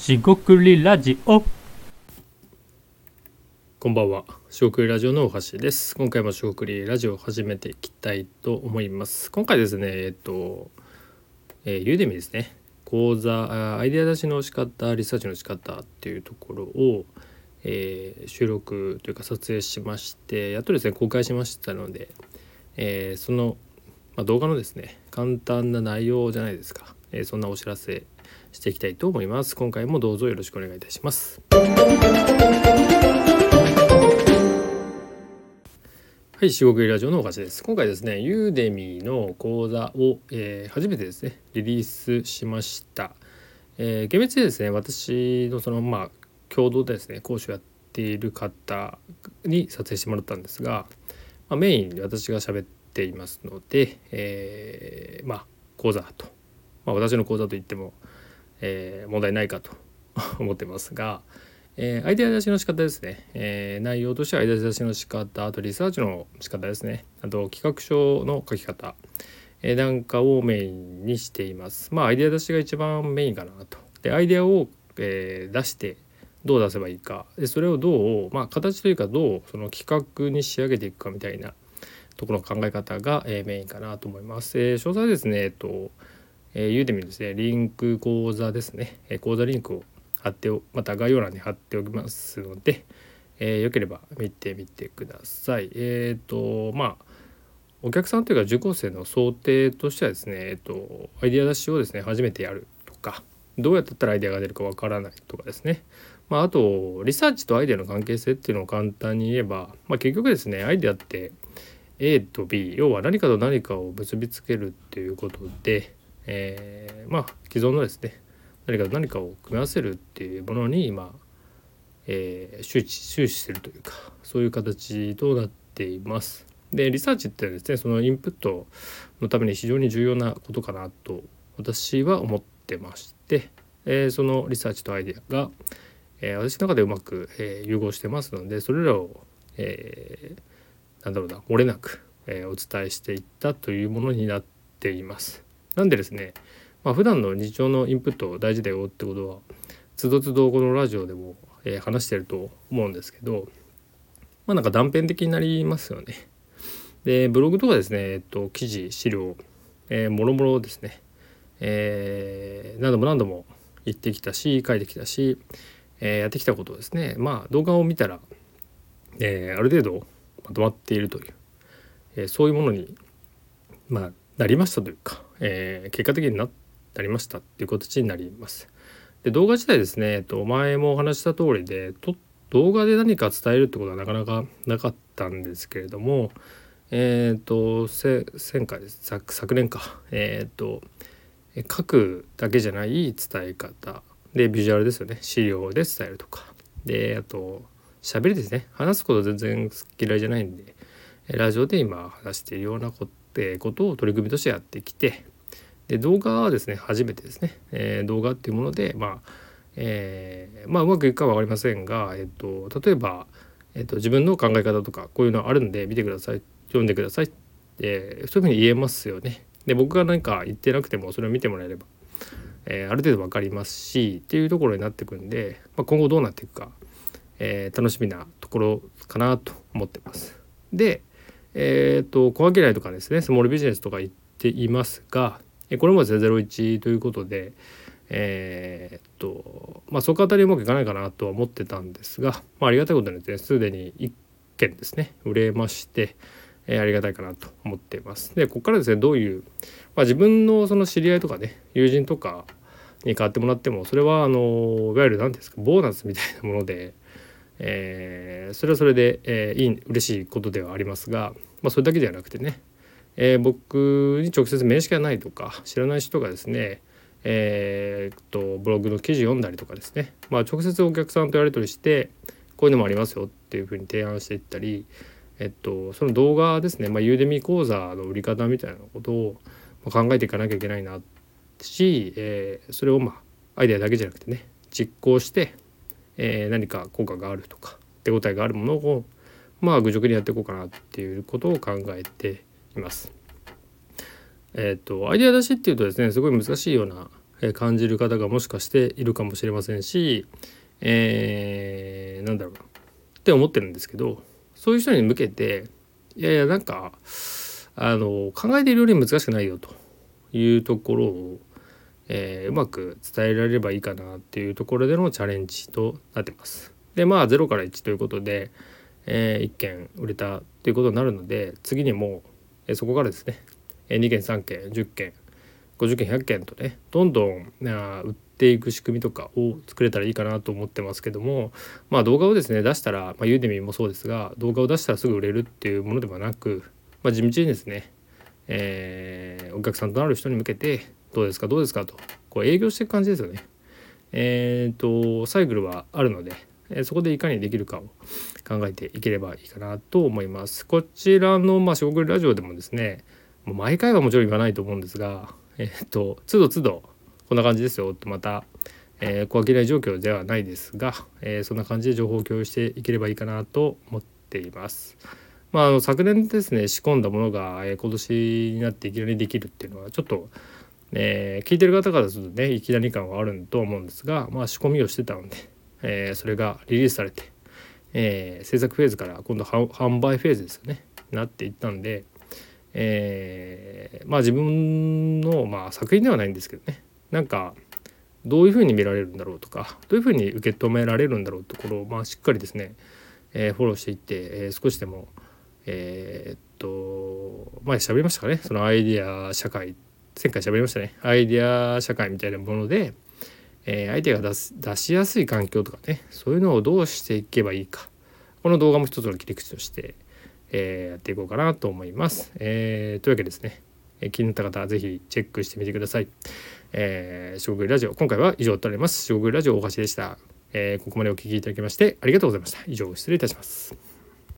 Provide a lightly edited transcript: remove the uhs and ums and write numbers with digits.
しごくりラジオ。 こんばんは、しごくりラジオの大橋です。今回もしごくりラジオを始めていきたいと思います。今回ですねユーデミですね、講座アイデア出しの仕方、リサーチの仕方っていうところを、収録というか撮影しまして、やっとですね公開しましたので、その、動画のですね簡単な内容じゃないですか、そんなお知らせしていきたいと思います。今回もどうぞよろしくお願いいたします。はい、しごくりラジオのおかしです。今回ですね、ユーデミの講座を、初めてですね、リリースしました。厳密にですね、私の共同でですね、講師をやっている方に撮影してもらったんですが、メインで私が喋っていますので、講座と、私の講座といっても、問題ないかと思ってますが、アイデア出しの仕方ですね、内容としてはアイデア出しの仕方、あとリサーチの仕方ですね、あと企画書の書き方、なんかをメインにしています。アイデア出しが一番メインかなと。でアイデアを、出してどう出せばいいか、でそれをどう、形というかどうその企画に仕上げていくかみたいなところの考え方が、メインかなと思います。詳細はですね、ユーデミですね、リンク講座ですね、講座リンクを貼ってまた概要欄に貼っておきますので、よければ見てみてください。お客さんというか受講生の想定としてはですね、アイデア出しをですね初めてやるとか、どうやったらアイデアが出るかわからないとかですね、あとリサーチとアイデアの関係性っていうのを簡単に言えば、結局ですねアイデアって A と B、 要は何かと何かを結びつけるっていうことで、既存のですね何かと何かを組み合わせるっていうものに終始するというか、そういう形となっています。でリサーチってですね、そのインプットのために非常に重要なことかなと私は思ってまして、そのリサーチとアイデアが、私の中でうまく、融合してますので、それらを、漏れなく、お伝えしていったというものになっています。なんでですね、普段の日常のインプット大事だよってことはつどつどこのラジオでも、話してると思うんですけど、断片的になりますよね。でブログとかですね、記事資料、もろもろですね、何度も何度も言ってきたし書いてきたし、やってきたことをですね、動画を見たら、ある程度まとまっているという、そういうものに、なりましたというか、結果的になりましたっていう形になります。で動画自体ですね、前もお話した通りで動画で何か伝えるってことはなかなかなかったんですけれども、前回です昨年か、書くだけじゃない伝え方で、ビジュアルですよね、資料で伝えるとかで、あと喋りですね、話すこと全然嫌いじゃないんで、ラジオで今話しているようなことを取り組みとしてやってきて、で動画はですね初めてですね、動画っていうものでうまくいくかは分かりませんが、例えば、自分の考え方とかこういうのあるんで見てください、読んでください、そういうふうに言えますよね。で僕が何か言ってなくてもそれを見てもらえれば、ある程度分かりますしっていうところになってくんで、今後どうなっていくか、楽しみなところかなと思ってます。で小分けないとかですね、スモールビジネスとか言っていますが、これもですね01ということで、そこあたりうまくいかないかなとは思ってたんですが、ありがたいことにですねすでに1件ですね売れまして、ありがたいかなと思っています。でここからですねどういう、自分のその知り合いとかね友人とかに買ってもらっても、それはいわゆる何ですかボーナスみたいなもので、それはそれで、嬉しいことではありますが、それだけではなくてね、僕に直接面識がないとか知らない人がですね、ブログの記事読んだりとかですね、直接お客さんとやり取りしてこういうのもありますよっていうふうに提案していったり、その動画ですね、ユーデミ講座の売り方みたいなことを考えていかなきゃいけないなし、それをアイデアだけじゃなくてね実行して、何か効果があるとか手応えがあるものを愚直にやっていこうかなっていうことを考えています。アイデア出しっていうとですねすごい難しいような、 感じる方がもしかしているかもしれませんし、なんだろうなって思ってるんですけど、そういう人に向けてなんか考えているより難しくないよというところを、うまく伝えられればいいかなっていうところでのチャレンジとなってます。で0から1ということで、1件売れたということになるので、次にもそこからですね2件3件10件50件100件とねどんどん売っていく仕組みとかを作れたらいいかなと思ってますけども、動画をですね出したら、ユーデミもそうですが、動画を出したらすぐ売れるっていうものではなく、地道にですね、お客さんとなる人に向けてどうですかとこう営業していく感じですよね。サイクルはあるので、そこでいかにできるかを考えていければいいかなと思います。こちらの四国ラジオでもですね、もう毎回はもちろん言わないと思うんですが、都度都度こんな感じですよと、また、小飽きない状況ではないですが、そんな感じで情報を共有していければいいかなと思っています。昨年ですね仕込んだものが、今年になっていきなりできるっていうのはちょっと、聞いてる方からするとねいきなり感はあると思うんですが、仕込みをしてたので、それがリリースされて、制作フェーズから今度販売フェーズですよねなっていったんで、自分の、作品ではないんですけどね、なんかどういうふうに見られるんだろうとか、どういうふうに受け止められるんだろうってところを、しっかりですね、フォローしていって、少しでも前喋りましたかね、そのアイデア社会、前回喋りましたね、アイデア社会みたいなもので、アイデアが出しやすい環境とかね、そういうのをどうしていけばいいか、この動画も一つの切り口として、やっていこうかなと思います。というわけでですね、気になった方はぜひチェックしてみてください。四国ラジオ、今回は以上となります。四国ラジオ大橋でした。ここまでお聞きいただきましてありがとうございました。以上失礼いたします。